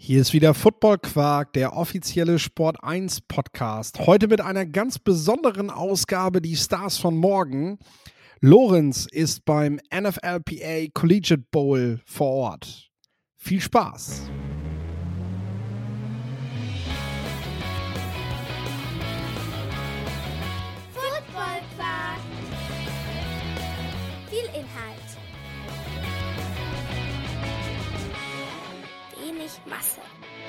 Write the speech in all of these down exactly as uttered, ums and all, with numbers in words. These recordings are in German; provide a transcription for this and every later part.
Hier ist wieder Football Quark, der offizielle Sport eins Podcast. Heute mit einer ganz besonderen Ausgabe, die Stars von morgen. Lorenz ist beim N F L P A Collegiate Bowl vor Ort. Viel Spaß! Football Quark. Viel Inhalt. Wenig Masse.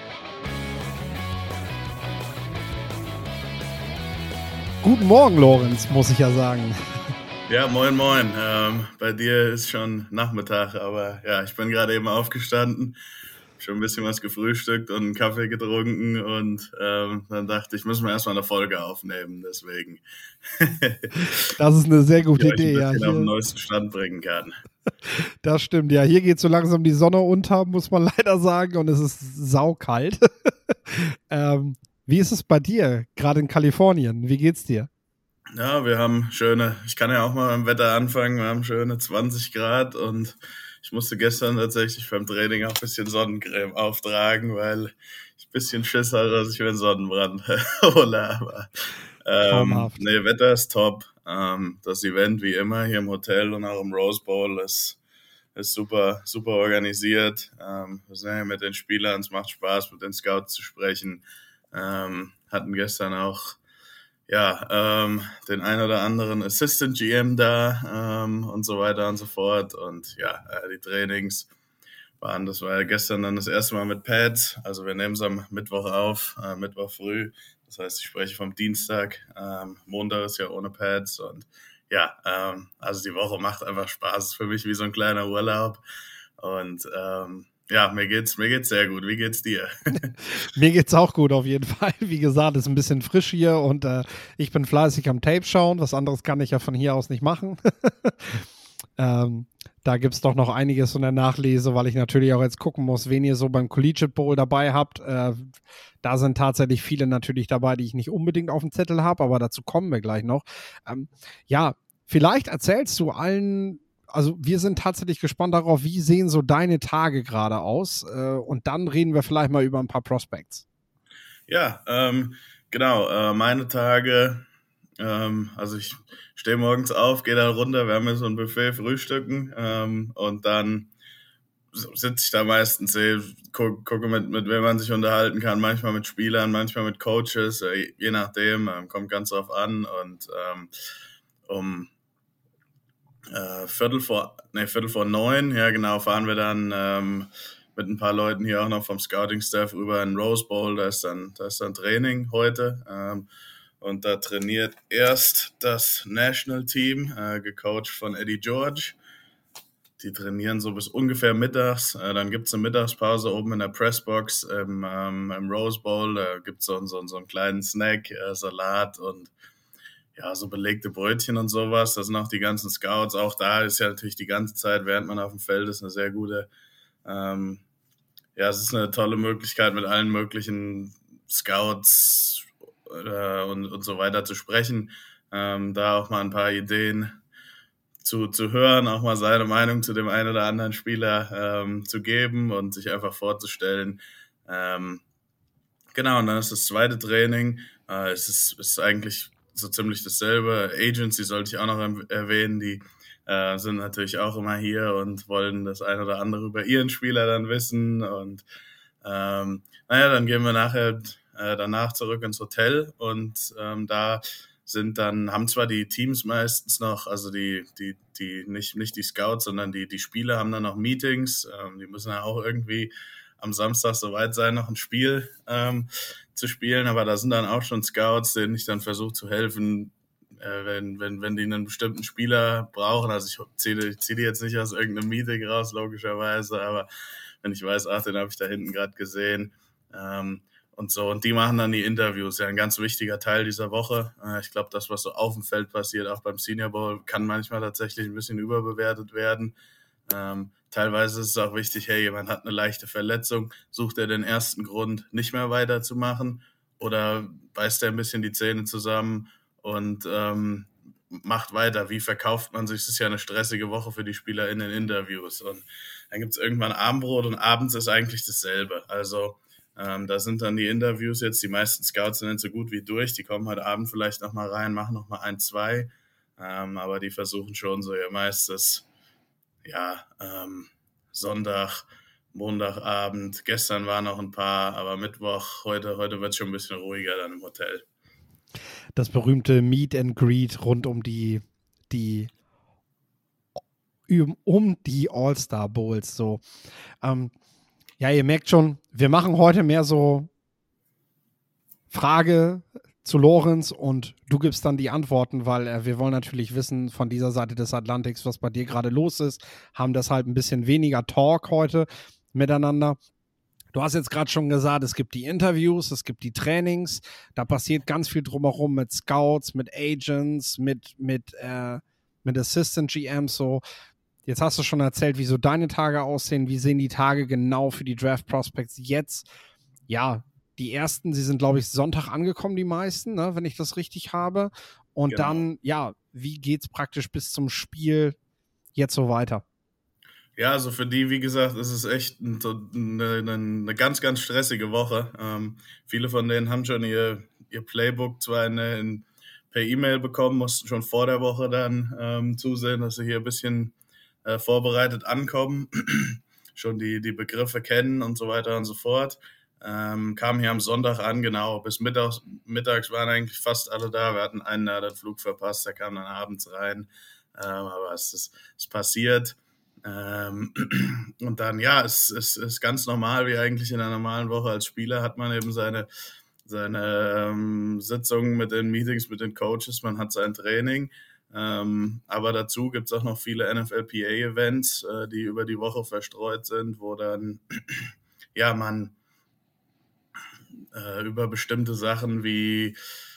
Guten Morgen, Lorenz, muss ich ja sagen. Ja, moin, moin. Ähm, bei dir ist schon Nachmittag, aber ja, ich bin gerade eben aufgestanden, schon ein bisschen was gefrühstückt und einen Kaffee getrunken und ähm, dann dachte ich, müssen wir erstmal eine Folge aufnehmen, deswegen. Das ist eine sehr gute ich Idee, euch ja. ein bisschen Hier, auf den neuesten Stand bringen kann. Das stimmt, ja. Hier geht so langsam die Sonne unter, muss man leider sagen, und es ist saukalt. ähm, wie ist es bei dir, gerade in Kalifornien? Wie geht's dir? Ja, wir haben schöne, ich kann ja auch mal beim Wetter anfangen, wir haben schöne zwanzig Grad und ich musste gestern tatsächlich beim Training auch ein bisschen Sonnencreme auftragen, weil ich ein bisschen Schiss hatte, dass ich mir einen Sonnenbrand hole. Aber ähm, nee, Wetter ist top. Ähm, das Event wie immer hier im Hotel und auch im Rose Bowl ist, ist super, super organisiert. Ähm, wir sind ja mit den Spielern, es macht Spaß, mit den Scouts zu sprechen. Ähm, hatten gestern auch ja, ähm, den ein oder anderen Assistant G M da ähm, und so weiter und so fort. Und ja, äh, die Trainings waren, das war ja gestern dann das erste Mal mit Pads. Also wir nehmen es am Mittwoch auf, äh, Mittwoch früh. Das heißt, ich spreche vom Dienstag. Ähm, Montag ist ja ohne Pads. Und ja, ähm, also die Woche macht einfach Spaß. Ist für mich wie so ein kleiner Urlaub. Und ähm, ja, mir geht's, mir geht's sehr gut. Wie geht's dir? Mir geht's auch gut auf jeden Fall. Wie gesagt, ist ein bisschen frisch hier und äh, ich bin fleißig am Tape schauen. Was anderes kann ich ja von hier aus nicht machen. ähm, da gibt's doch noch einiges in der Nachlese, weil ich natürlich auch jetzt gucken muss, wen ihr so beim Collegiate Bowl dabei habt. Äh, da sind tatsächlich viele natürlich dabei, die ich nicht unbedingt auf dem Zettel habe, aber dazu kommen wir gleich noch. Ähm, ja, vielleicht erzählst du allen. Also wir sind tatsächlich gespannt darauf, wie sehen so deine Tage gerade aus, äh, und dann reden wir vielleicht mal über ein paar Prospects. Ja, ähm, genau, äh, meine Tage, ähm, also ich stehe morgens auf, gehe dann runter, wir haben ja so ein Buffet frühstücken ähm, und dann sitze ich da meistens, eh, gu gucke mit, mit wem man sich unterhalten kann, manchmal mit Spielern, manchmal mit Coaches, äh, je nachdem, ähm, kommt ganz drauf an und ähm, um Äh, Viertel vor, nee, Viertel vor neun, ja genau, fahren wir dann ähm, mit ein paar Leuten hier auch noch vom Scouting-Staff über in Rose Bowl, da ist dann, da ist dann Training heute ähm, und da trainiert erst das National Team, äh, gecoacht von Eddie George. Die trainieren so bis ungefähr mittags, äh, dann gibt's eine Mittagspause oben in der Pressbox im, ähm, im Rose Bowl, da gibt's so, so, so einen kleinen Snack, äh, Salat und ja, so belegte Brötchen und sowas. Das sind auch die ganzen Scouts. Auch da ist ja natürlich die ganze Zeit, während man auf dem Feld ist, eine sehr gute, ähm, ja, es ist eine tolle Möglichkeit, mit allen möglichen Scouts äh, und, und so weiter zu sprechen. Ähm, da auch mal ein paar Ideen zu, zu hören, auch mal seine Meinung zu dem einen oder anderen Spieler ähm, zu geben und sich einfach vorzustellen. Ähm, genau, und dann ist das zweite Training. Äh, es ist, ist eigentlich so ziemlich dasselbe. Agency sollte ich auch noch erwähnen, die äh, sind natürlich auch immer hier und wollen das ein oder andere über ihren Spieler dann wissen und ähm, naja, dann gehen wir nachher äh, danach zurück ins Hotel und ähm, da sind dann, haben zwar die Teams meistens noch, also die, die, die, nicht, nicht die Scouts, sondern die, die Spieler haben dann noch Meetings, ähm, die müssen ja auch irgendwie am Samstag soweit sein, noch ein Spiel ähm, zu spielen, aber da sind dann auch schon Scouts, denen ich dann versuche zu helfen, äh, wenn, wenn, wenn die einen bestimmten Spieler brauchen. Also ich ziehe zieh die jetzt nicht aus irgendeinem Meeting raus, logischerweise, aber wenn ich weiß, ach, den habe ich da hinten gerade gesehen ähm, und so. Und die machen dann die Interviews, ja, ein ganz wichtiger Teil dieser Woche. Äh, ich glaube, das, was so auf dem Feld passiert, auch beim Senior Bowl, kann manchmal tatsächlich ein bisschen überbewertet werden. Ähm, teilweise ist es auch wichtig, hey, jemand hat eine leichte Verletzung, sucht er den ersten Grund, nicht mehr weiterzumachen oder beißt er ein bisschen die Zähne zusammen und ähm, macht weiter. Wie verkauft man sich? Es ist ja eine stressige Woche für die Spieler in den Interviews und dann gibt es irgendwann Abendbrot und abends ist eigentlich dasselbe. Also Ähm, da sind dann die Interviews jetzt, die meisten Scouts sind nicht so gut wie durch, die kommen heute Abend vielleicht nochmal rein, machen nochmal ein, zwei, ähm, aber die versuchen schon so ihr meistes, ja, ähm, Sonntag, Montagabend, gestern waren noch ein paar, aber Mittwoch, heute, heute wird es schon ein bisschen ruhiger dann im Hotel. Das berühmte Meet and Greet rund um die, die um die All-Star Bowls. So. Ähm, ja, ihr merkt schon, wir machen heute mehr so Frage zu Lorenz und du gibst dann die Antworten, weil äh, wir wollen natürlich wissen von dieser Seite des Atlantiks, was bei dir gerade los ist, haben deshalb ein bisschen weniger Talk heute miteinander. Du hast jetzt gerade schon gesagt, es gibt die Interviews, es gibt die Trainings, da passiert ganz viel drumherum mit Scouts, mit Agents, mit, mit, äh, mit Assistant G Ms, so. Jetzt hast du schon erzählt, wie so deine Tage aussehen, wie sehen die Tage genau für die Draft Prospects jetzt? Ja, die ersten, sie sind, glaube ich, Sonntag angekommen, die meisten, ne, wenn ich das richtig habe. Und genau. Dann, ja, wie geht's praktisch bis zum Spiel jetzt so weiter? Ja, also für die, wie gesagt, ist es echt eine, eine, eine ganz, ganz stressige Woche. Ähm, viele von denen haben schon ihr, ihr Playbook zwar in, in, per E-Mail bekommen, mussten schon vor der Woche dann ähm, zusehen, dass sie hier ein bisschen äh, vorbereitet ankommen, schon die, die Begriffe kennen und so weiter und so fort. Ähm, kamen hier am Sonntag an, genau, bis mittags, mittags waren eigentlich fast alle da. Wir hatten einen, der den Flug verpasst, der kam dann abends rein, ähm, aber es ist, es passiert. Ähm, und dann, ja, es, es ist ganz normal, wie eigentlich in einer normalen Woche als Spieler hat man eben seine, seine ähm, Sitzungen mit den Meetings, mit den Coaches, man hat sein Training, ähm, aber dazu gibt es auch noch viele N F L P A-Events, äh, die über die Woche verstreut sind, wo dann, ja, man äh, über bestimmte Sachen wie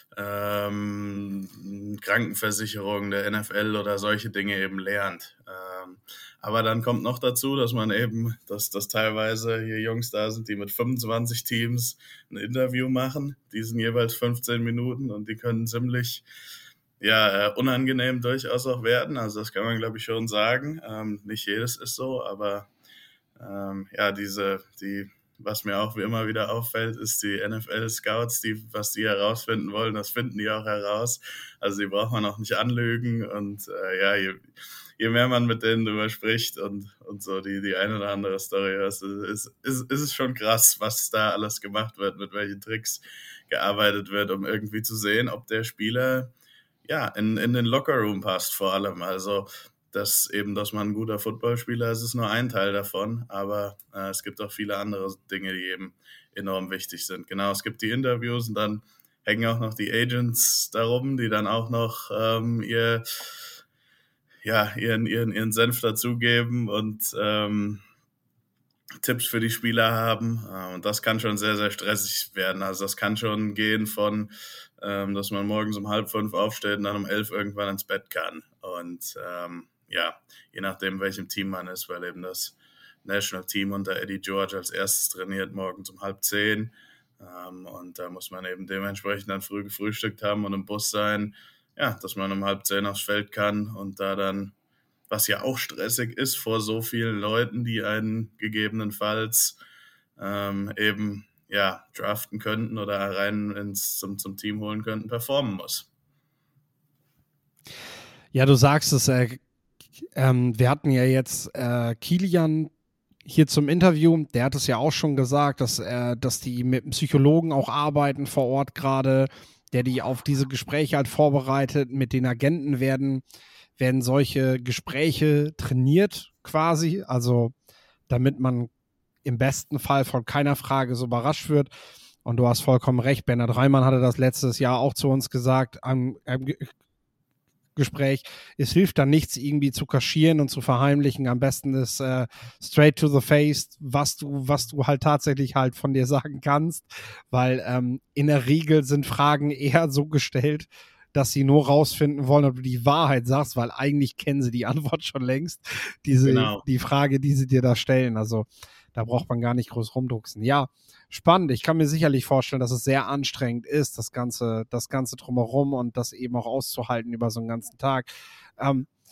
ähm, Krankenversicherung der N F L oder solche Dinge eben lernt. Ähm, aber dann kommt noch dazu, dass man eben, dass, dass teilweise hier Jungs da sind, die mit fünfundzwanzig Teams ein Interview machen. Die sind jeweils fünfzehn Minuten und die können ziemlich ja, äh, unangenehm durchaus auch werden. Also das kann man, glaube ich, schon sagen. Ähm, nicht jedes ist so, aber ähm, ja, diese, die was mir auch wie immer wieder auffällt, ist die N F L-Scouts, die, was die herausfinden wollen, das finden die auch heraus. Also die braucht man auch nicht anlügen und äh, ja, je, je mehr man mit denen drüber spricht und, und so die, die eine oder andere Story hörst, ist, ist, ist es schon krass, was da alles gemacht wird, mit welchen Tricks gearbeitet wird, um irgendwie zu sehen, ob der Spieler ja in, in den Lockerroom passt vor allem. Also dass eben, dass man ein guter Footballspieler ist, ist nur ein Teil davon, aber äh, es gibt auch viele andere Dinge, die eben enorm wichtig sind. Genau, es gibt die Interviews und dann hängen auch noch die Agents darum, die dann auch noch ähm, ihr, ja, ihren, ihren, ihren Senf dazugeben und ähm, Tipps für die Spieler haben. Äh, und das kann schon sehr, sehr stressig werden. Also das kann schon gehen von, ähm, dass man morgens um halb fünf aufsteht und dann um elf irgendwann ins Bett kann. Und ähm, ja, je nachdem, welchem Team man ist, weil eben das National Team unter Eddie George als erstes trainiert, morgens um halb zehn. Ähm, und da muss man eben dementsprechend dann früh gefrühstückt haben und im Bus sein, ja, dass man um halb zehn aufs Feld kann und da dann, was ja auch stressig ist vor so vielen Leuten, die einen gegebenenfalls ähm, eben ja, draften könnten oder rein ins, zum, zum Team holen könnten, performen muss. Ja, du sagst es, äh, ähm, wir hatten ja jetzt äh, Kilian hier zum Interview, der hat es ja auch schon gesagt, dass, äh, dass die mit einem Psychologen auch arbeiten vor Ort gerade, der die auf diese Gespräche halt vorbereitet. Mit den Agenten werden, werden solche Gespräche trainiert quasi, also damit man im besten Fall von keiner Frage so überrascht wird. Und du hast vollkommen recht, Bernhard Reimann hatte das letztes Jahr auch zu uns gesagt, am, am Gespräch, es hilft dann nichts, irgendwie zu kaschieren und zu verheimlichen. Am besten ist äh, straight to the face, was du, was du halt tatsächlich halt von dir sagen kannst, weil ähm, in der Regel sind Fragen eher so gestellt, dass sie nur rausfinden wollen, ob du die Wahrheit sagst, weil eigentlich kennen sie die Antwort schon längst, diese, genau. Die Frage, die sie dir da stellen. Also da braucht man gar nicht groß rumdrucksen. Ja, spannend. Ich kann mir sicherlich vorstellen, dass es sehr anstrengend ist, das Ganze, das Ganze drumherum und das eben auch auszuhalten über so einen ganzen Tag. Ähm,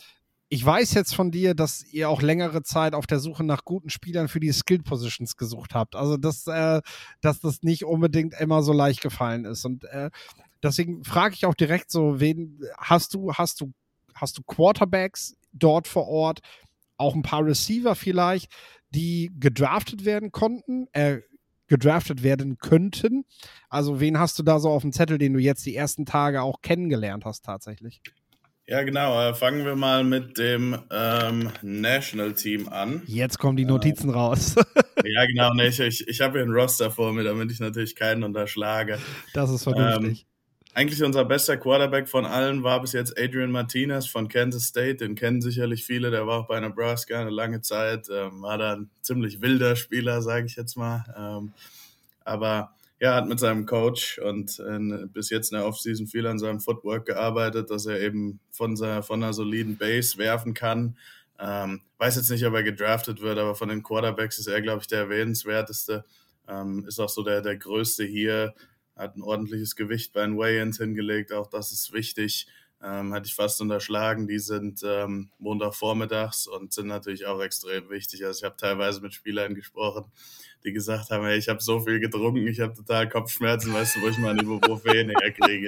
ich weiß jetzt von dir, dass ihr auch längere Zeit auf der Suche nach guten Spielern für die Skill Positions gesucht habt. Also, dass, äh, dass das nicht unbedingt immer so leicht gefallen ist. Und äh, deswegen frage ich auch direkt so, wen hast du, hast du, hast du Quarterbacks dort vor Ort, auch ein paar Receiver vielleicht, die gedraftet werden konnten, äh, gedraftet werden könnten? Also, wen hast du da so auf dem Zettel, den du jetzt die ersten Tage auch kennengelernt hast tatsächlich? Ja, genau. Fangen wir mal mit dem ähm, National Team an. Jetzt kommen die Notizen äh, raus. Ja, genau. Nee, ich ich, ich habe hier einen Roster vor mir, damit ich natürlich keinen unterschlage. Das ist vernünftig. Ähm, eigentlich unser bester Quarterback von allen war bis jetzt Adrian Martinez von Kansas State. Den kennen sicherlich viele. Der war auch bei Nebraska eine lange Zeit. Ähm, war da ein ziemlich wilder Spieler, sage ich jetzt mal. Ähm, aber ja, hat mit seinem Coach und äh, bis jetzt in der Offseason viel an seinem Footwork gearbeitet, dass er eben von, seiner, von einer soliden Base werfen kann. Ähm, weiß jetzt nicht, ob er gedraftet wird, aber von den Quarterbacks ist er, glaube ich, der erwähnenswerteste. Ähm, ist auch so der, der Größte hier, hat ein ordentliches Gewicht bei den Weigh-ins hingelegt, auch das ist wichtig. Ähm, hatte ich fast unterschlagen, die sind ähm, Montagvormittags und sind natürlich auch extrem wichtig. Also ich habe teilweise mit Spielern gesprochen, die gesagt haben, hey, ich habe so viel getrunken, ich habe total Kopfschmerzen, weißt du, wo ich meine Ibuprofen herkriege.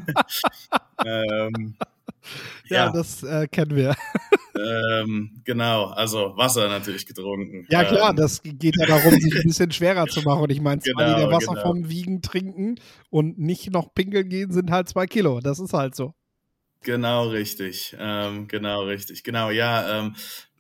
ähm, ja, ja, das äh, kennen wir. ähm, genau, also Wasser natürlich getrunken. Ja klar, ähm, das geht ja darum, sich ein bisschen schwerer zu machen. Und ich meine, zwei Genau, Liter Wasser genau. vom Wiegen trinken und nicht noch pinkeln gehen, sind halt zwei Kilo. Das ist halt so. Genau richtig, ähm, genau richtig, genau, ja, ähm,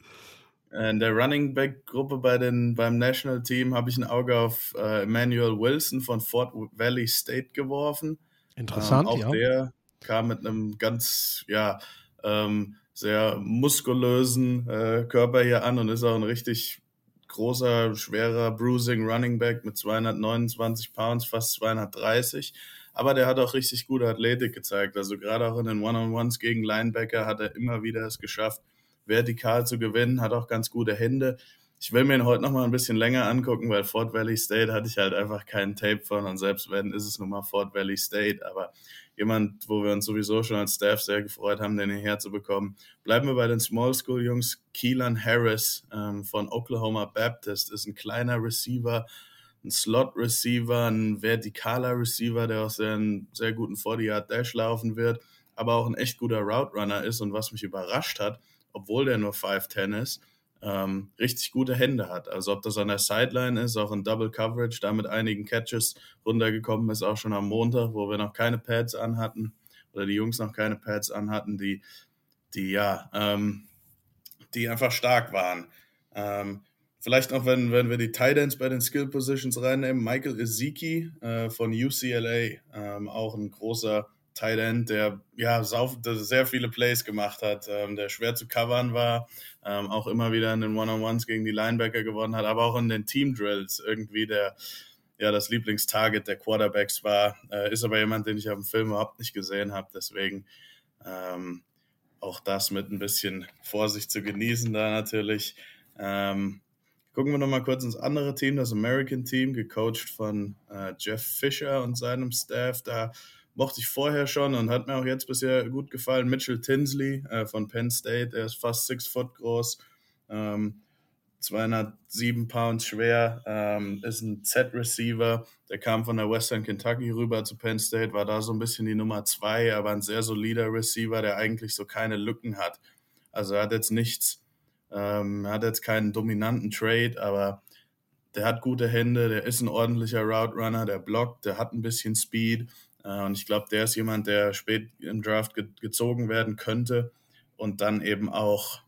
in der Running Back Gruppe bei den, beim National Team habe ich ein Auge auf äh, Emmanuel Wilson von Fort Valley State geworfen. Interessant, ähm, auch ja. der kam mit einem ganz, ja, ähm, sehr muskulösen äh, Körper hier an und ist auch ein richtig großer, schwerer Bruising Running Back mit zweihundertneunundzwanzig Pounds, fast zweihundertdreißig. Aber der hat auch richtig gute Athletik gezeigt. Also gerade auch in den One-on-Ones gegen Linebacker hat er immer wieder es geschafft, vertikal zu gewinnen, hat auch ganz gute Hände. Ich will mir ihn heute noch mal ein bisschen länger angucken, weil Fort Valley State hatte ich halt einfach keinen Tape von und selbst wenn, ist es nun mal Fort Valley State. Aber jemand, wo wir uns sowieso schon als Staff sehr gefreut haben, den hierher zu bekommen. Bleiben wir bei den Small School Jungs. Keelan Harris ähm, von Oklahoma Baptist ist ein kleiner Receiver, ein Slot-Receiver, ein vertikaler Receiver, der auch sehr, einen sehr guten forty-Yard-Dash laufen wird, aber auch ein echt guter Route-Runner ist. Und was mich überrascht hat, obwohl der nur five ten ist, ähm, richtig gute Hände hat. Also ob das an der Sideline ist, auch in Double Coverage, da mit einigen Catches runtergekommen ist, auch schon am Montag, wo wir noch keine Pads anhatten oder die Jungs noch keine Pads anhatten, die, die ja, ähm, die einfach stark waren. Ähm, Vielleicht noch, wenn, wenn wir die Tight Ends bei den Skill Positions reinnehmen, Michael Ezeki äh, von U C L A, ähm, auch ein großer Tight End, der ja sau, der sehr viele Plays gemacht hat, ähm, der schwer zu covern war, ähm, auch immer wieder in den One-on-Ones gegen die Linebacker gewonnen hat, aber auch in den Team Drills irgendwie der ja das Lieblingstarget der Quarterbacks war, äh, ist aber jemand, den ich auf dem Film überhaupt nicht gesehen habe, deswegen ähm, auch das mit ein bisschen Vorsicht zu genießen da natürlich. Ähm, Gucken wir nochmal kurz ins andere Team, das American Team, gecoacht von äh, Jeff Fisher und seinem Staff. Da mochte ich vorher schon und hat mir auch jetzt bisher gut gefallen. Mitchell Tinsley äh, von Penn State, der ist fast six foot groß, ähm, zweihundertsieben Pounds schwer, ähm, ist ein Z-Receiver. Der kam von der Western Kentucky rüber zu Penn State, war da so ein bisschen die Nummer zwei, aber ein sehr solider Receiver, der eigentlich so keine Lücken hat. Also er hat jetzt nichts Ähm, hat jetzt keinen dominanten Trade, aber der hat gute Hände, der ist ein ordentlicher Route Runner, der blockt, der hat ein bisschen Speed äh, und ich glaube, der ist jemand, der spät im Draft ge- gezogen werden könnte und dann eben auch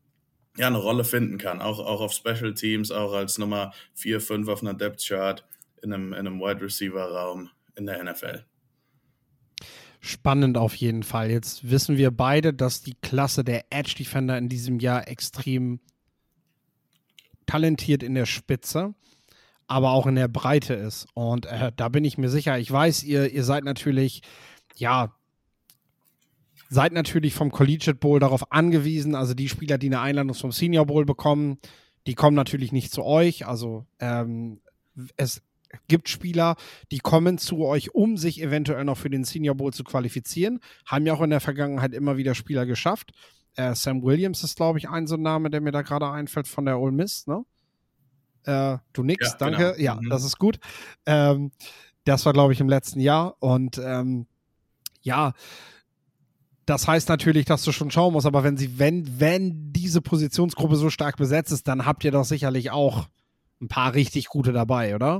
ja, eine Rolle finden kann, auch, auch auf Special Teams, auch als Nummer vier, fünf auf einer Depth Chart in einem, in einem Wide Receiver Raum in der N F L. Spannend auf jeden Fall. Jetzt wissen wir beide, dass die Klasse der Edge Defender in diesem Jahr extrem talentiert in der Spitze, aber auch in der Breite ist. Und äh, da bin ich mir sicher. Ich weiß, ihr, ihr seid natürlich, ja, seid natürlich vom Collegiate Bowl darauf angewiesen. Also die Spieler, die eine Einladung zum Senior Bowl bekommen, die kommen natürlich nicht zu euch. Also ähm, es gibt Spieler, die kommen zu euch, um sich eventuell noch für den Senior Bowl zu qualifizieren. Haben ja auch in der Vergangenheit immer wieder Spieler geschafft. Äh, Sam Williams ist, glaube ich, ein so ein Name, der mir da gerade einfällt von der Ole Miss, ne? Äh, du nix, Ja, danke. genau. Ja, Mhm. das ist gut. Ähm, das war, glaube ich, im letzten Jahr. Und ähm, ja, das heißt natürlich, dass du schon schauen musst, aber wenn sie, wenn, wenn diese Positionsgruppe so stark besetzt ist, dann habt ihr doch sicherlich auch ein paar richtig gute dabei, oder?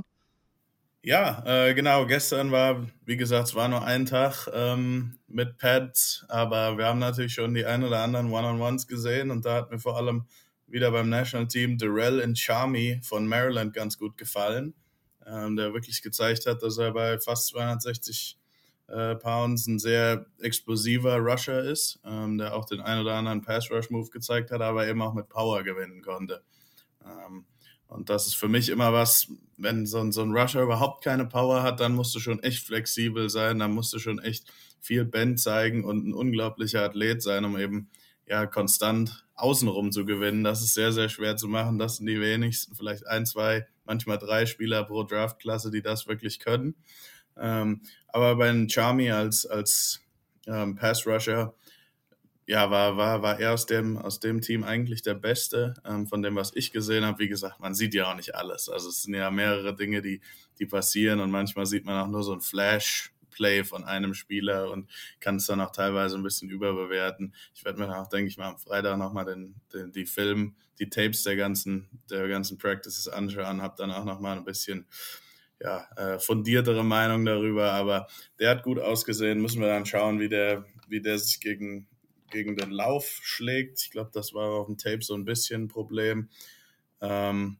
Ja, äh, genau. Gestern war, wie gesagt, es war nur ein Tag ähm, mit Pads, aber wir haben natürlich schon die ein oder anderen One-on-Ones gesehen und da hat mir vor allem wieder beim National Team Darrell Nchami von Maryland ganz gut gefallen, ähm, der wirklich gezeigt hat, dass er bei fast zweihundertsechzig äh, Pounds ein sehr explosiver Rusher ist, ähm, der auch den ein oder anderen Pass-Rush-Move gezeigt hat, aber eben auch mit Power gewinnen konnte. Ähm, Und das ist für mich immer was, wenn so ein, so ein Rusher überhaupt keine Power hat, dann musst du schon echt flexibel sein, dann musst du schon echt viel Bend zeigen und ein unglaublicher Athlet sein, um eben ja konstant außenrum zu gewinnen. Das ist sehr, sehr schwer zu machen. Das sind die wenigsten, vielleicht ein, zwei, manchmal drei Spieler pro Draftklasse, die das wirklich können. Ähm, aber bei Nchami als, als ähm, Pass-Rusher, ja, war, war, war er aus dem, aus dem Team eigentlich der Beste, ähm, von dem, was ich gesehen habe. Wie gesagt, man sieht ja auch nicht alles. Also es sind ja mehrere Dinge, die, die passieren und manchmal sieht man auch nur so ein Flash-Play von einem Spieler und kann es dann auch teilweise ein bisschen überbewerten. Ich werde mir dann auch, denke ich mal, am Freitag nochmal den, den, die Film, die Tapes der ganzen, der ganzen Practices anschauen, habe dann auch nochmal ein bisschen ja, äh, fundiertere Meinung darüber, aber der hat gut ausgesehen. Müssen wir dann schauen, wie der, wie der sich gegen gegen den Lauf schlägt. Ich glaube, das war auf dem Tape so ein bisschen ein Problem. Ähm,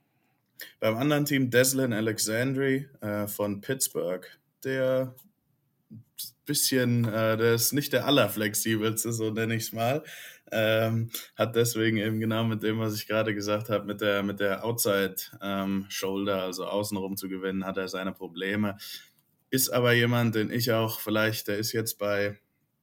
beim anderen Team, Deslin Alexandri äh, von Pittsburgh, der bisschen, äh, der ist nicht der allerflexibelste, so nenne ich es mal. Ähm, hat deswegen eben genau mit dem, was ich gerade gesagt habe, mit der, mit der Outside-Shoulder, ähm, also außenrum zu gewinnen, hat er seine Probleme. Ist aber jemand, den ich auch vielleicht, der ist jetzt bei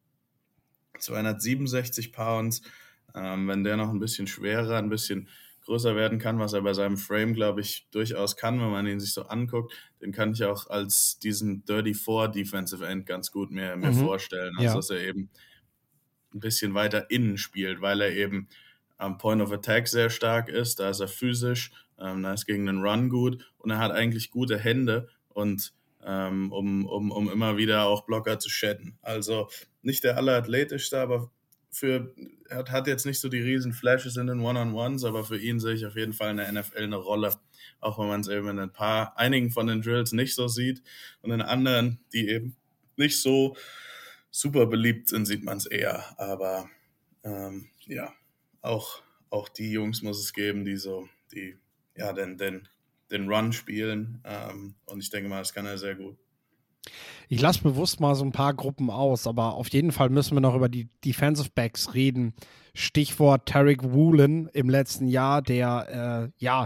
zweihundertsiebenundsechzig Pounds, ähm, wenn der noch ein bisschen schwerer, ein bisschen größer werden kann, was er bei seinem Frame, glaube ich, durchaus kann, wenn man ihn sich so anguckt, den kann ich auch als diesen Dirty Four Defensive End ganz gut mir, mir Mhm. vorstellen, also Ja. dass er eben ein bisschen weiter innen spielt, weil er eben am Point of Attack sehr stark ist, da ist er physisch, ähm, da ist gegen den Run gut und er hat eigentlich gute Hände und ähm, um, um, um immer wieder auch Blocker zu shedden. Also nicht der allerathletischste, aber für, er hat, hat jetzt nicht so die riesen Flashes in den One-on-Ones, aber für ihn sehe ich auf jeden Fall in der N F L eine Rolle, auch wenn man es eben in ein paar, einigen von den Drills nicht so sieht und in anderen, die eben nicht so super beliebt sind, sieht man es eher, aber ähm, ja, auch, auch die Jungs muss es geben, die so, die, ja, den, den, den Run spielen. Ähm, und ich denke mal, das kann er sehr gut. Ich lasse bewusst mal so ein paar Gruppen aus, aber auf jeden Fall müssen wir noch über die Defensive Backs reden. Stichwort Tariq Woolen im letzten Jahr, der, äh, ja,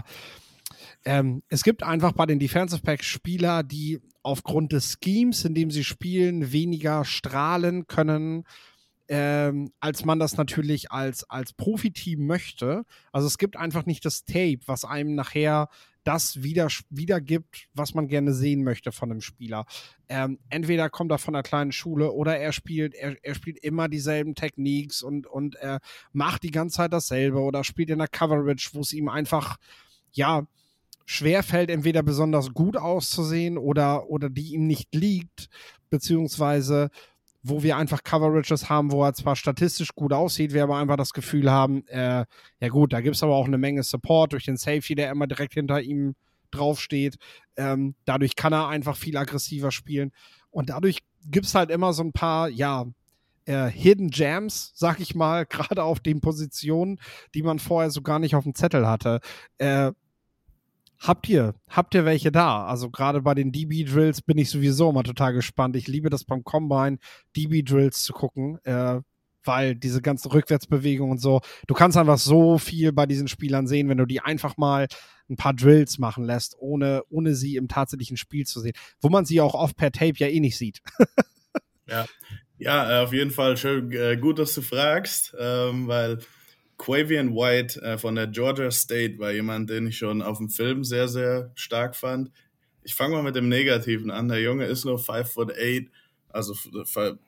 ähm, es gibt einfach bei den Defensive Backs Spieler, die aufgrund des Schemes, in dem sie spielen, weniger strahlen können, Ähm, als man das natürlich als, als Profiteam möchte. Also es gibt einfach nicht das Tape, was einem nachher das wieder, wiedergibt, was man gerne sehen möchte von einem Spieler. Ähm, entweder kommt er von einer kleinen Schule oder er spielt, er, er spielt immer dieselben Techniques und, und er macht die ganze Zeit dasselbe oder spielt in der Coverage, wo es ihm einfach, ja, schwerfällt, entweder besonders gut auszusehen oder, oder die ihm nicht liegt, beziehungsweise wo wir einfach Coverages haben, wo er zwar statistisch gut aussieht, wir aber einfach das Gefühl haben, äh, ja gut, da gibt es aber auch eine Menge Support durch den Safety, der immer direkt hinter ihm draufsteht. Ähm, dadurch kann er einfach viel aggressiver spielen. Und dadurch gibt es halt immer so ein paar, ja, äh, Hidden Jams, sag ich mal, gerade auf den Positionen, die man vorher so gar nicht auf dem Zettel hatte. Äh, Habt ihr, habt ihr welche da? Also gerade bei den D B-Drills bin ich sowieso immer total gespannt. Ich liebe das beim Combine, D B-Drills zu gucken, äh, weil diese ganzen Rückwärtsbewegungen und so, du kannst einfach so viel bei diesen Spielern sehen, wenn du die einfach mal ein paar Drills machen lässt, ohne, ohne sie im tatsächlichen Spiel zu sehen. Wo man sie auch oft per Tape ja eh nicht sieht. Ja, ja, auf jeden Fall schön, äh, gut, dass du fragst, ähm, weil Quavian White äh, von der Georgia State war jemand, den ich schon auf dem Film sehr, sehr stark fand. Ich fange mal mit dem Negativen an. Der Junge ist nur five foot eight, also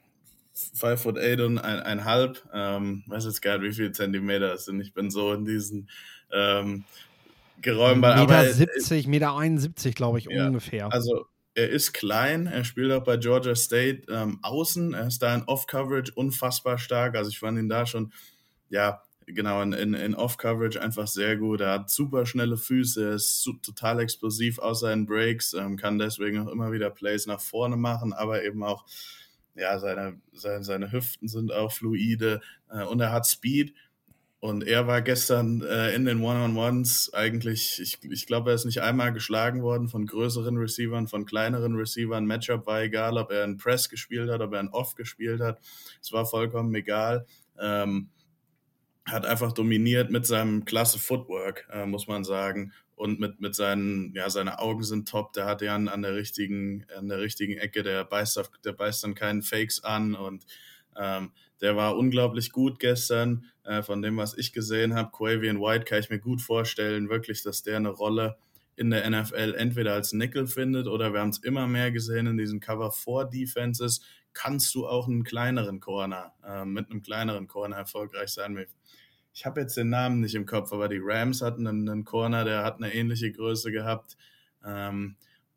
five foot eight und ein, ein halb. Ähm, weiß jetzt gar nicht, wie viele Zentimeter das sind. Ich bin so in diesen ähm, Geräumen. Meter siebzig, Meter einundsiebzig, glaube ich, ja, ungefähr. Also er ist klein, er spielt auch bei Georgia State ähm, außen, er ist da in Off-Coverage unfassbar stark. Also ich fand ihn da schon, ja, genau, in, in, in Off-Coverage einfach sehr gut. Er hat super schnelle Füße, er ist su- total explosiv aus seinen Breaks, ähm, kann deswegen auch immer wieder Plays nach vorne machen, aber eben auch, ja, seine, seine, seine Hüften sind auch fluide äh, und er hat Speed. Und er war gestern äh, in den One-on-Ones eigentlich, ich, ich glaube, er ist nicht einmal geschlagen worden von größeren Receivern, von kleineren Receivern. Matchup war egal, ob er einen Press gespielt hat, ob er einen Off gespielt hat. Es war vollkommen egal. Ähm, hat einfach dominiert mit seinem klasse Footwork, äh, muss man sagen. Und mit, mit seinen, ja, seine Augen sind top. Der hat ja an, an der richtigen, an der richtigen Ecke, der beißt, auf, der beißt dann keinen Fakes an und ähm, der war unglaublich gut gestern. Äh, von dem, was ich gesehen habe, Quavian White kann ich mir gut vorstellen, wirklich, dass der eine Rolle in der N F L entweder als Nickel findet oder wir haben es immer mehr gesehen in diesen Cover four Defenses, kannst du auch einen kleineren Corner, äh, mit einem kleineren Corner erfolgreich sein. Ich habe jetzt den Namen nicht im Kopf, aber die Rams hatten einen, einen Corner, der hat eine ähnliche Größe gehabt. Ähm,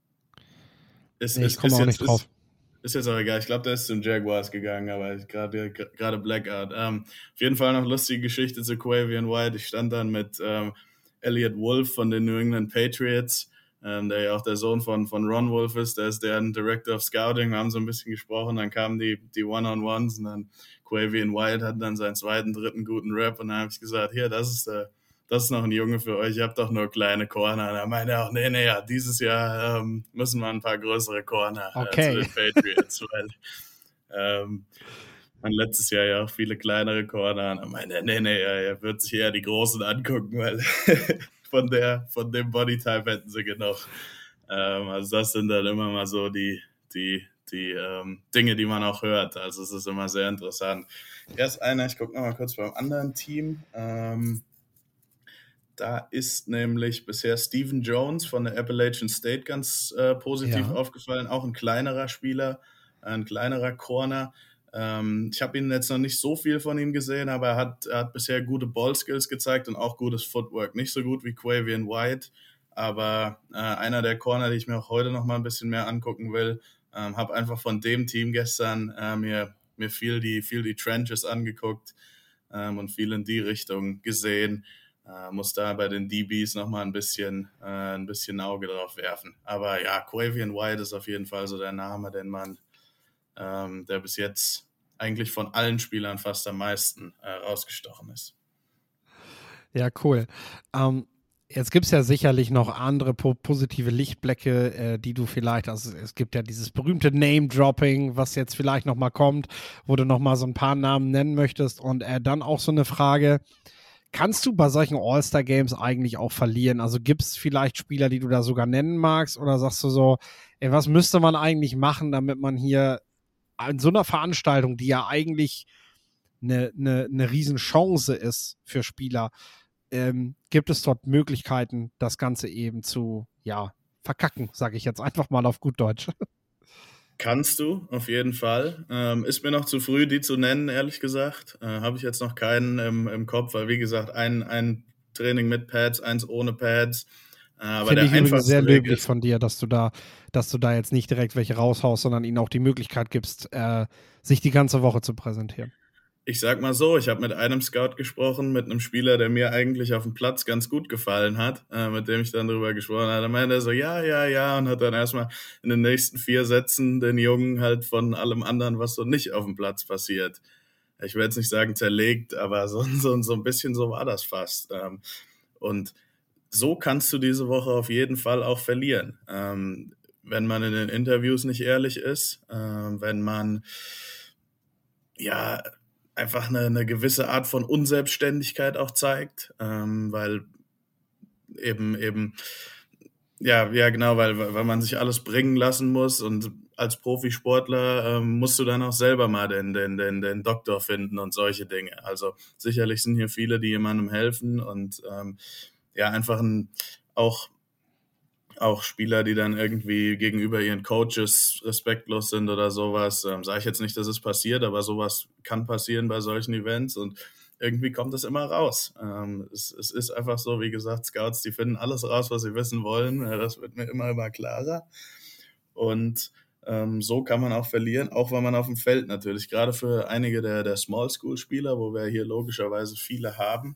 ist, nee, ich ist, komme ist auch jetzt, nicht drauf. Ist, ist jetzt auch egal. Ich glaube, der ist zum Jaguars gegangen, aber gerade gerade Blackout. Ähm, auf jeden Fall noch lustige Geschichte zu Quavian White. Ich stand dann mit ähm, Elliot Wolf von den New England Patriots, ähm, der ja auch der Sohn von, von Ron Wolf ist. Der ist deren Director of Scouting. Wir haben so ein bisschen gesprochen. Dann kamen die, die One-on-Ones und dann Quavian White hat dann seinen zweiten, dritten guten Rap und dann habe ich gesagt, hier, das ist der das ist noch ein Junge für euch, ihr habt doch nur kleine Corner. Und er meinte auch, nee, nee, ja, dieses Jahr ähm, müssen wir ein paar größere Corner okay. äh, zu den Patriots, weil ähm, man letztes Jahr ja auch viele kleinere Corner. Und er meinte, nee, nee, ja, er wird sich eher die Großen angucken, weil von der, von dem Bodytype hätten sie genug. Ähm, also das sind dann immer mal so die, die, die ähm, Dinge, die man auch hört. Also es ist immer sehr interessant. Erst einer, ich gucke nochmal kurz beim anderen Team. Ähm, Da ist nämlich bisher Stephen Jones von der Appalachian State ganz äh, positiv Ja. aufgefallen. Auch ein kleinerer Spieler, ein kleinerer Corner. Ähm, ich habe ihn jetzt noch nicht so viel von ihm gesehen, aber er hat, er hat bisher gute Ballskills gezeigt und auch gutes Footwork. Nicht so gut wie Quavian White, aber äh, einer der Corner, die ich mir auch heute noch mal ein bisschen mehr angucken will. Ähm, habe einfach von dem Team gestern äh, mir, mir viel, die, viel die Trenches angeguckt ähm, und viel in die Richtung gesehen. Uh, muss da bei den D Bs nochmal ein bisschen, äh, ein bisschen Auge drauf werfen. Aber ja, Quavian White ist auf jeden Fall so der Name, den man, ähm, der bis jetzt eigentlich von allen Spielern fast am meisten äh, rausgestochen ist. Ja, cool. Ähm, jetzt gibt es ja sicherlich noch andere po- positive Lichtblicke, äh, die du vielleicht, also es gibt ja dieses berühmte Name-Dropping, was jetzt vielleicht nochmal kommt, wo du nochmal so ein paar Namen nennen möchtest und äh, dann auch so eine Frage, kannst du bei solchen All-Star-Games eigentlich auch verlieren? Also gibt es vielleicht Spieler, die du da sogar nennen magst? Oder sagst du so, ey, was müsste man eigentlich machen, damit man hier in so einer Veranstaltung, die ja eigentlich eine, eine, eine Riesenchance ist für Spieler, ähm, gibt es dort Möglichkeiten, das Ganze eben zu, ja, verkacken, sage ich jetzt einfach mal auf gut Deutsch. Kannst du, auf jeden Fall. Ähm, ist mir noch zu früh, die zu nennen, ehrlich gesagt. Äh, Habe ich jetzt noch keinen im, im Kopf, weil wie gesagt, ein, ein Training mit Pads, eins ohne Pads. Äh, aber Finde der ich übrigens einfachste sehr Weg löblich ist, von dir, dass du da, dass du da jetzt nicht direkt welche raushaust, sondern ihnen auch die Möglichkeit gibst, äh, sich die ganze Woche zu präsentieren. ich sag mal so, ich habe mit einem Scout gesprochen, mit einem Spieler, der mir eigentlich auf dem Platz ganz gut gefallen hat, äh, mit dem ich dann drüber gesprochen habe. Da meinte er so, ja, ja, ja, und hat dann erstmal in den nächsten vier Sätzen den Jungen halt von allem anderen, was so nicht auf dem Platz passiert. Ich will jetzt nicht sagen zerlegt, aber so, so, so ein bisschen so war das fast. Ähm, und so kannst du diese Woche auf jeden Fall auch verlieren. Ähm, wenn man in den Interviews nicht ehrlich ist, äh, wenn man ja einfach eine, eine gewisse Art von Unselbstständigkeit auch zeigt, ähm, weil eben eben ja ja genau, weil weil man sich alles bringen lassen muss und als Profisportler ähm, musst du dann auch selber mal den den den den Doktor finden und solche Dinge. Also sicherlich sind hier viele, die jemandem helfen und ähm, ja einfach ein, auch auch Spieler, die dann irgendwie gegenüber ihren Coaches respektlos sind oder sowas. Ähm, sage ich jetzt nicht, dass es passiert, aber sowas kann passieren bei solchen Events und irgendwie kommt es immer raus. Ähm, es, es ist einfach so, wie gesagt, Scouts, die finden alles raus, was sie wissen wollen. Ja, das wird mir immer, immer klarer. Und ähm, so kann man auch verlieren, auch wenn man auf dem Feld natürlich, gerade für einige der, der Small-School-Spieler, wo wir hier logischerweise viele haben,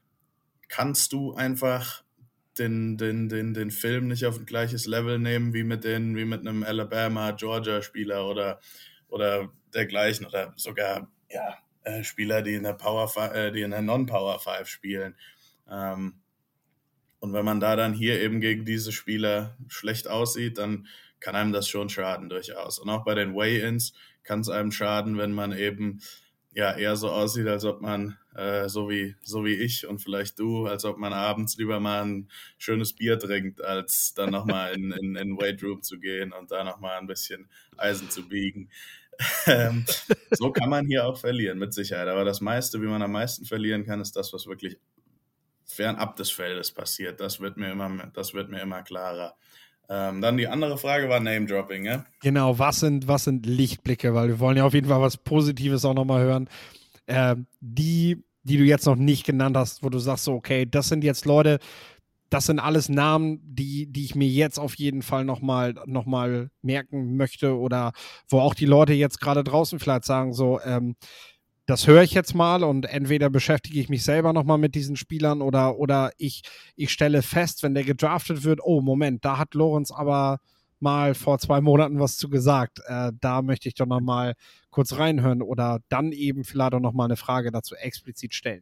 kannst du einfach den, den, den, den Film nicht auf ein gleiches Level nehmen wie mit, den, wie mit einem Alabama, Georgia-Spieler oder, oder dergleichen oder sogar ja, äh, Spieler, die in der Power, äh, die in der Non-Power Five spielen. Ähm, und wenn man da dann hier eben gegen diese Spieler schlecht aussieht, dann kann einem das schon schaden durchaus. Und auch bei den Weigh-Ins kann es einem schaden, wenn man eben ja eher so aussieht, als ob man, äh, so wie so wie ich und vielleicht du, als ob man abends lieber mal ein schönes Bier trinkt, als dann nochmal in, in, in Weight Room zu gehen und da nochmal ein bisschen Eisen zu biegen. ähm, so kann man hier auch verlieren, mit Sicherheit. Aber das meiste, wie man am meisten verlieren kann, ist das, was wirklich fernab des Feldes passiert. Das wird mir immer, das wird mir immer klarer. Ähm, dann die andere Frage war Name-Dropping, ja? Genau, was sind, was sind Lichtblicke? Weil wir wollen ja auf jeden Fall was Positives auch nochmal hören. Äh, die, die du jetzt noch nicht genannt hast, wo du sagst, so, okay, das sind jetzt Leute, das sind alles Namen, die, die ich mir jetzt auf jeden Fall nochmal noch mal merken möchte oder wo auch die Leute jetzt gerade draußen vielleicht sagen, so, ähm, das höre ich jetzt mal und entweder beschäftige ich mich selber nochmal mit diesen Spielern oder, oder ich, ich stelle fest, wenn der gedraftet wird, oh, Moment, da hat Lorenz aber mal vor zwei Monaten was zu gesagt. Äh, da möchte ich doch nochmal kurz reinhören oder dann eben vielleicht auch nochmal eine Frage dazu explizit stellen.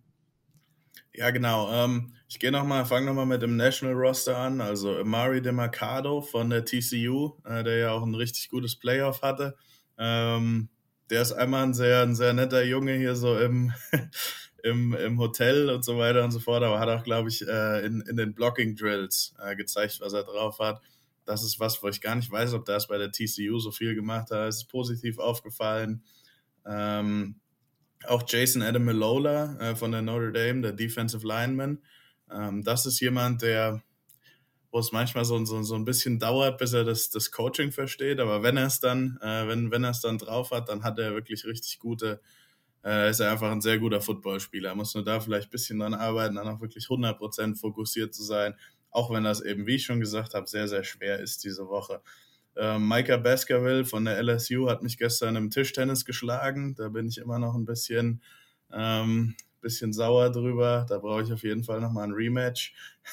Ja, genau. Ähm, ich gehe nochmal, fange nochmal mit dem National Roster an. Also Amari DeMarcado von der T C U, äh, der ja auch ein richtig gutes Playoff hatte. Ähm, der ist einmal ein sehr, ein sehr netter Junge hier so im, im, im Hotel und so weiter und so fort, aber hat auch, glaube ich, äh, in, in den Blocking Drills äh, gezeigt, was er drauf hat. Das ist was, wo ich gar nicht weiß, ob der es bei der T C U so viel gemacht hat. Es ist positiv aufgefallen. Ähm, auch Jason Ademilola äh, von der Notre Dame, der Defensive Lineman. Ähm, das ist jemand, der, wo es manchmal so, so, so ein bisschen dauert, bis er das, das Coaching versteht. Aber wenn er es dann, äh, wenn, wenn er es dann drauf hat, dann hat er wirklich richtig gute, äh, ist er einfach ein sehr guter Footballspieler. Er muss nur da vielleicht ein bisschen dran arbeiten, dann auch wirklich hundert Prozent fokussiert zu sein. Auch wenn das eben, wie ich schon gesagt habe, sehr, sehr schwer ist diese Woche. Ähm, Micah Baskerville von der L S U hat mich gestern im Tischtennis geschlagen. Da bin ich immer noch ein bisschen, ähm, bisschen sauer drüber. Da brauche ich auf jeden Fall nochmal ein Rematch.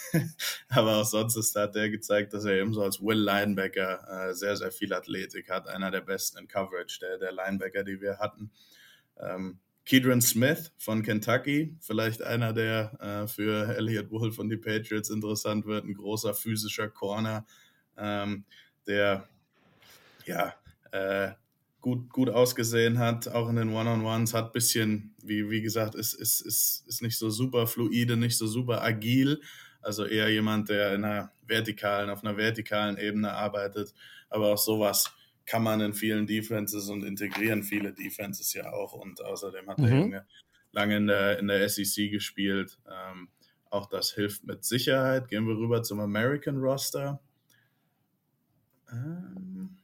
Aber auch sonst ist, hat der gezeigt, dass er eben so als Will Linebacker äh, sehr, sehr viel Athletik hat. Einer der besten in Coverage, der, der Linebacker, die wir hatten. Ähm, Kedron Smith von Kentucky, vielleicht einer, der äh, für Elliott Wolf und die Patriots interessant wird. Ein großer physischer Corner, ähm, der ja, äh, gut, gut ausgesehen hat, auch in den One-on-Ones, hat ein bisschen, wie, wie gesagt, ist, ist, ist, ist nicht so super fluide, nicht so super agil, also eher jemand, der in einer vertikalen, auf einer vertikalen Ebene arbeitet, aber auch sowas kann man in vielen Defenses und integrieren viele Defenses ja auch und außerdem hat der Mhm. Junge lange in der, in der S E C gespielt, ähm, auch das hilft mit Sicherheit. Gehen wir rüber zum American Roster. Ähm,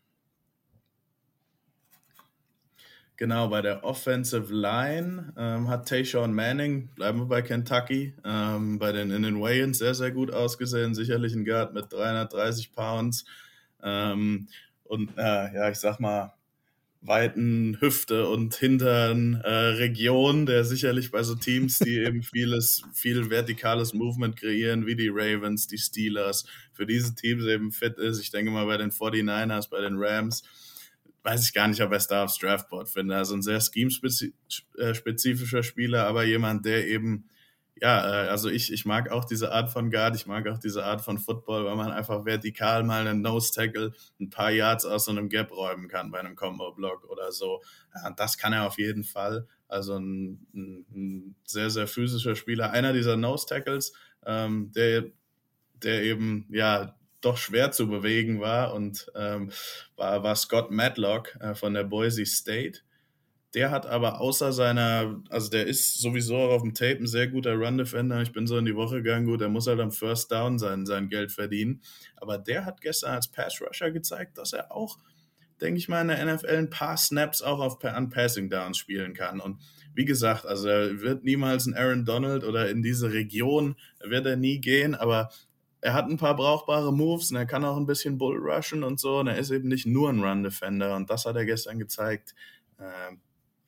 Genau, bei der Offensive Line ähm, hat Tayshaun Manning, bleiben wir bei Kentucky, ähm, bei den in den Weigh-ins sehr, sehr gut ausgesehen. Sicherlich ein Guard mit dreihundertdreißig Pounds ähm, und äh, ja, ich sag mal, weiten Hüfte und Hintern äh, Region, der sicherlich bei so Teams, die eben vieles, viel vertikales Movement kreieren, wie die Ravens, die Steelers, für diese Teams eben fit ist. Ich denke mal bei den forty-niners, bei den Rams, weiß ich gar nicht, ob er es da aufs Draftboard finde. Also ein sehr scheme-spezifischer Spieler, aber jemand, der eben, ja, also ich, ich mag auch diese Art von Guard, ich mag auch diese Art von Football, weil man einfach vertikal mal einen Nose-Tackle ein paar Yards aus so einem Gap räumen kann bei einem Combo-Block oder so. Ja, das kann er auf jeden Fall. Also ein, ein, ein sehr, sehr physischer Spieler. Einer dieser Nose-Tackles, ähm, der, der eben, ja, doch schwer zu bewegen war und ähm, war, war Scott Matlock äh, von der Boise State. Der hat aber außer seiner, also der ist sowieso auch auf dem Tape ein sehr guter Run-Defender. Ich bin so in die Woche gegangen, gut, der muss halt am First Down sein, sein Geld verdienen. Aber der hat gestern als Pass-Rusher gezeigt, dass er auch, denke ich mal, in der N F L ein paar Snaps auch auf, an Passing Downs spielen kann. Und wie gesagt, also er wird niemals ein Aaron Donald oder in diese Region wird er nie gehen, aber er hat ein paar brauchbare Moves und er kann auch ein bisschen Bullrushen und so. Und er ist eben nicht nur ein Run-Defender und das hat er gestern gezeigt. Ähm,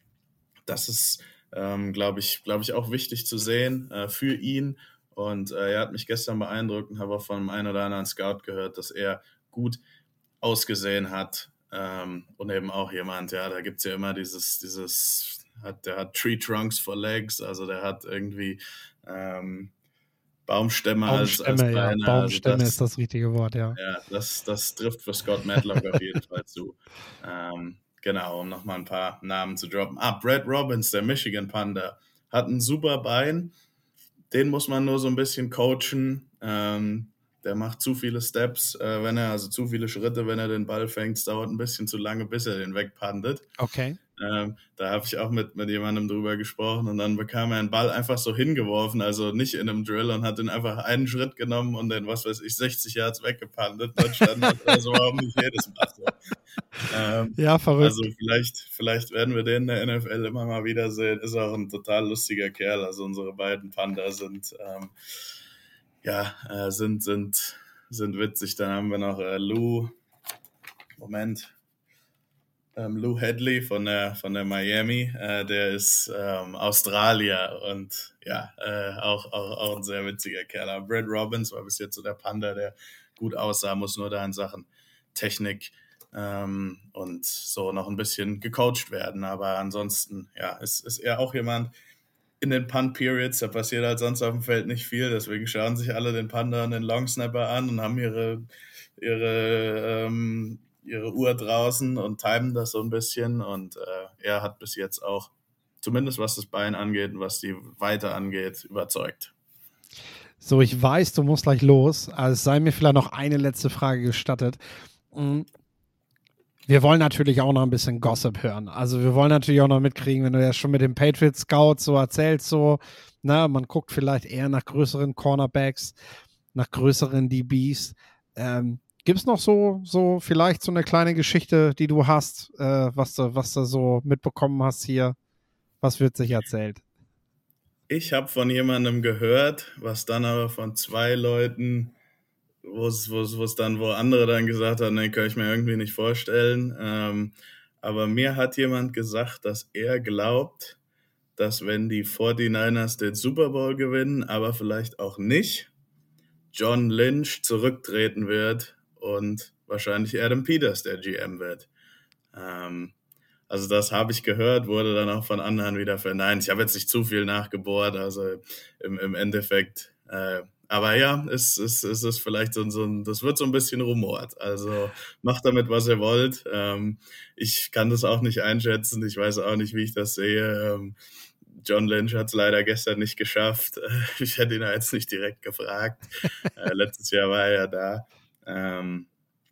Das ist, ähm, glaube ich, glaube ich, auch wichtig zu sehen äh, für ihn. Und äh, er hat mich gestern beeindruckt und habe auch von einem einen oder anderen Scout gehört, dass er gut ausgesehen hat. Ähm, und eben auch jemand, ja, da gibt es ja immer dieses, dieses, hat, der hat Tree Trunks for Legs, also der hat irgendwie ähm, Baumstämme, als, als Baumstämme, ja. Beine. Baumstämme Also das, ist das richtige Wort, ja. ja, das, das trifft für Scott Matlock auf jeden Fall zu. Ähm, genau, um nochmal ein paar Namen zu droppen. Ah, Brad Robbins, der Michigan Panther, hat ein super Bein. Den muss man nur so ein bisschen coachen. Ähm, der macht zu viele Steps, äh, wenn er, also zu viele Schritte, wenn er den Ball fängt. Es dauert ein bisschen zu lange, bis er den wegpandet. Okay. Ähm, da habe ich auch mit, mit jemandem drüber gesprochen und dann bekam er einen Ball einfach so hingeworfen, also nicht in einem Drill, und hat den einfach einen Schritt genommen und den, was weiß ich, sechzig Yards weggepandet. Dann stand er also, warum nicht jedes Mal so. Ähm, ja, verrückt. Also vielleicht, vielleicht werden wir den in der N F L immer mal wiedersehen. Ist auch ein total lustiger Kerl. Also unsere beiden Panther sind, ähm, ja, äh, sind, sind, sind witzig. Dann haben wir noch äh, Lou, Moment, ähm, Lou Hadley von der, von der Miami. Äh, der ist ähm, Australier und ja, äh, auch, auch, auch ein sehr witziger Kerl. Aber Brad Robbins war bis jetzt so der Panther, der gut aussah, muss nur da in Sachen Technik ähm, und so noch ein bisschen gecoacht werden. Aber ansonsten, ja, ist, ist er auch jemand in den Punt-Periods, da passiert halt sonst auf dem Feld nicht viel, deswegen schauen sich alle den Panther und den Longsnapper an und haben ihre, ihre, ähm, ihre Uhr draußen und timen das so ein bisschen, und äh, er hat bis jetzt auch, zumindest was das Bein angeht und was die Weite angeht, überzeugt. So, ich weiß, du musst gleich los, also es sei mir vielleicht noch eine letzte Frage gestattet. Wir wollen natürlich auch noch ein bisschen Gossip hören. Also wir wollen natürlich auch noch mitkriegen, wenn du ja schon mit dem Patriot Scout so erzählst, so, na, man guckt vielleicht eher nach größeren Cornerbacks, nach größeren D Bs. Ähm, Gibt es noch so, so vielleicht so eine kleine Geschichte, die du hast, äh, was du, was du so mitbekommen hast hier? Was wird sich erzählt? Ich habe von jemandem gehört, was dann aber von zwei Leuten, wo es dann, wo andere dann gesagt haben, nee, kann ich mir irgendwie nicht vorstellen. Ähm, aber mir hat jemand gesagt, dass er glaubt, dass wenn die forty-niners den Super Bowl gewinnen, aber vielleicht auch nicht, John Lynch zurücktreten wird und wahrscheinlich Adam Peters der G M wird. Ähm, also das habe ich gehört, wurde dann auch von anderen wieder verneint. Ich habe jetzt nicht zu viel nachgebohrt, also im, im Endeffekt... Äh, Aber ja, es, es, es ist vielleicht so, so ein, das wird so ein bisschen rumort. Also macht damit, was ihr wollt. Ähm, ich kann das auch nicht einschätzen. Ich weiß auch nicht, wie ich das sehe. Ähm, John Lynch hat es leider gestern nicht geschafft. Ich hätte ihn jetzt nicht direkt gefragt. äh, letztes Jahr war er ja da. Ähm,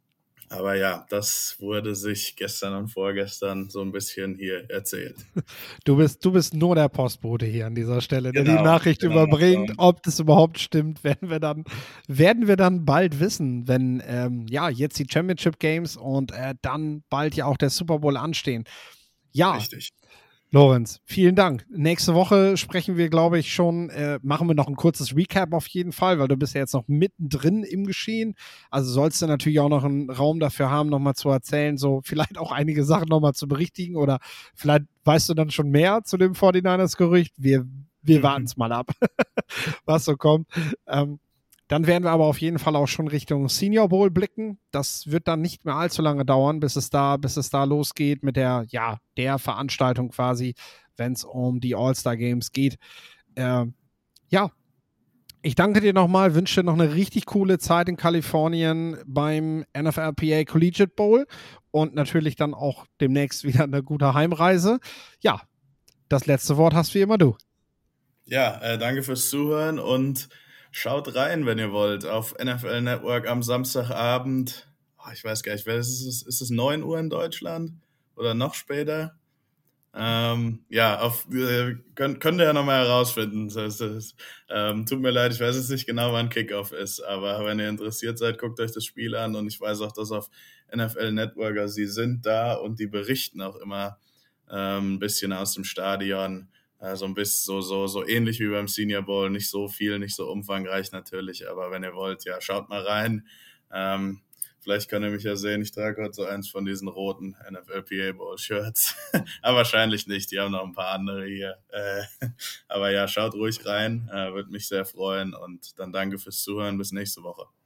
aber ja, das wurde sich gestern und vorgestern so ein bisschen hier erzählt. Du bist, du bist nur der Postbote hier an dieser Stelle, der Genau, die Nachricht genau, überbringt. so. Ob das überhaupt stimmt, werden wir dann, werden wir dann bald wissen, wenn ähm, ja jetzt die Championship Games und äh, dann bald ja auch der Super Bowl anstehen. Ja, Richtig. Lorenz, vielen Dank. Nächste Woche sprechen wir, glaube ich, schon, äh, machen wir noch ein kurzes Recap auf jeden Fall, weil du bist ja jetzt noch mittendrin im Geschehen. Also sollst du natürlich auch noch einen Raum dafür haben, nochmal zu erzählen, so vielleicht auch einige Sachen nochmal zu berichtigen, oder vielleicht weißt du dann schon mehr zu dem forty-niners-Gerücht. Wir, wir Mhm. warten es mal ab, was so kommt. Ähm, Dann werden wir aber auf jeden Fall auch schon Richtung Senior Bowl blicken. Das wird dann nicht mehr allzu lange dauern, bis es da, bis es da losgeht mit der, ja, der Veranstaltung quasi, wenn es um die All-Star Games geht. Äh, ja, ich danke dir nochmal, wünsche dir noch eine richtig coole Zeit in Kalifornien beim N F L P A Collegiate Bowl und natürlich dann auch demnächst wieder eine gute Heimreise. Ja, das letzte Wort hast wie immer du. Ja, äh, danke fürs Zuhören und schaut rein, wenn ihr wollt, auf N F L Network am Samstagabend. Oh, ich weiß gar nicht, ist es, ist es neun Uhr in Deutschland oder noch später? Ähm, ja, auf, äh, könnt, könnt ihr ja nochmal herausfinden. Das, das, ähm, tut mir leid, ich weiß jetzt nicht genau, wann Kickoff ist, aber wenn ihr interessiert seid, guckt euch das Spiel an und ich weiß auch, dass auf N F L Network, also sie sind da und die berichten auch immer ähm, ein bisschen aus dem Stadion, äh, so ein bisschen so, so, so ähnlich wie beim Senior Bowl, nicht so viel, nicht so umfangreich natürlich, aber wenn ihr wollt, ja, schaut mal rein. Ähm, Vielleicht könnt ihr mich ja sehen, ich trage heute so eins von diesen roten N F L P A Bowl Shirts. Aber wahrscheinlich nicht, die haben noch ein paar andere hier. Äh, aber ja, schaut ruhig rein, äh, würde mich sehr freuen und dann danke fürs Zuhören, bis nächste Woche.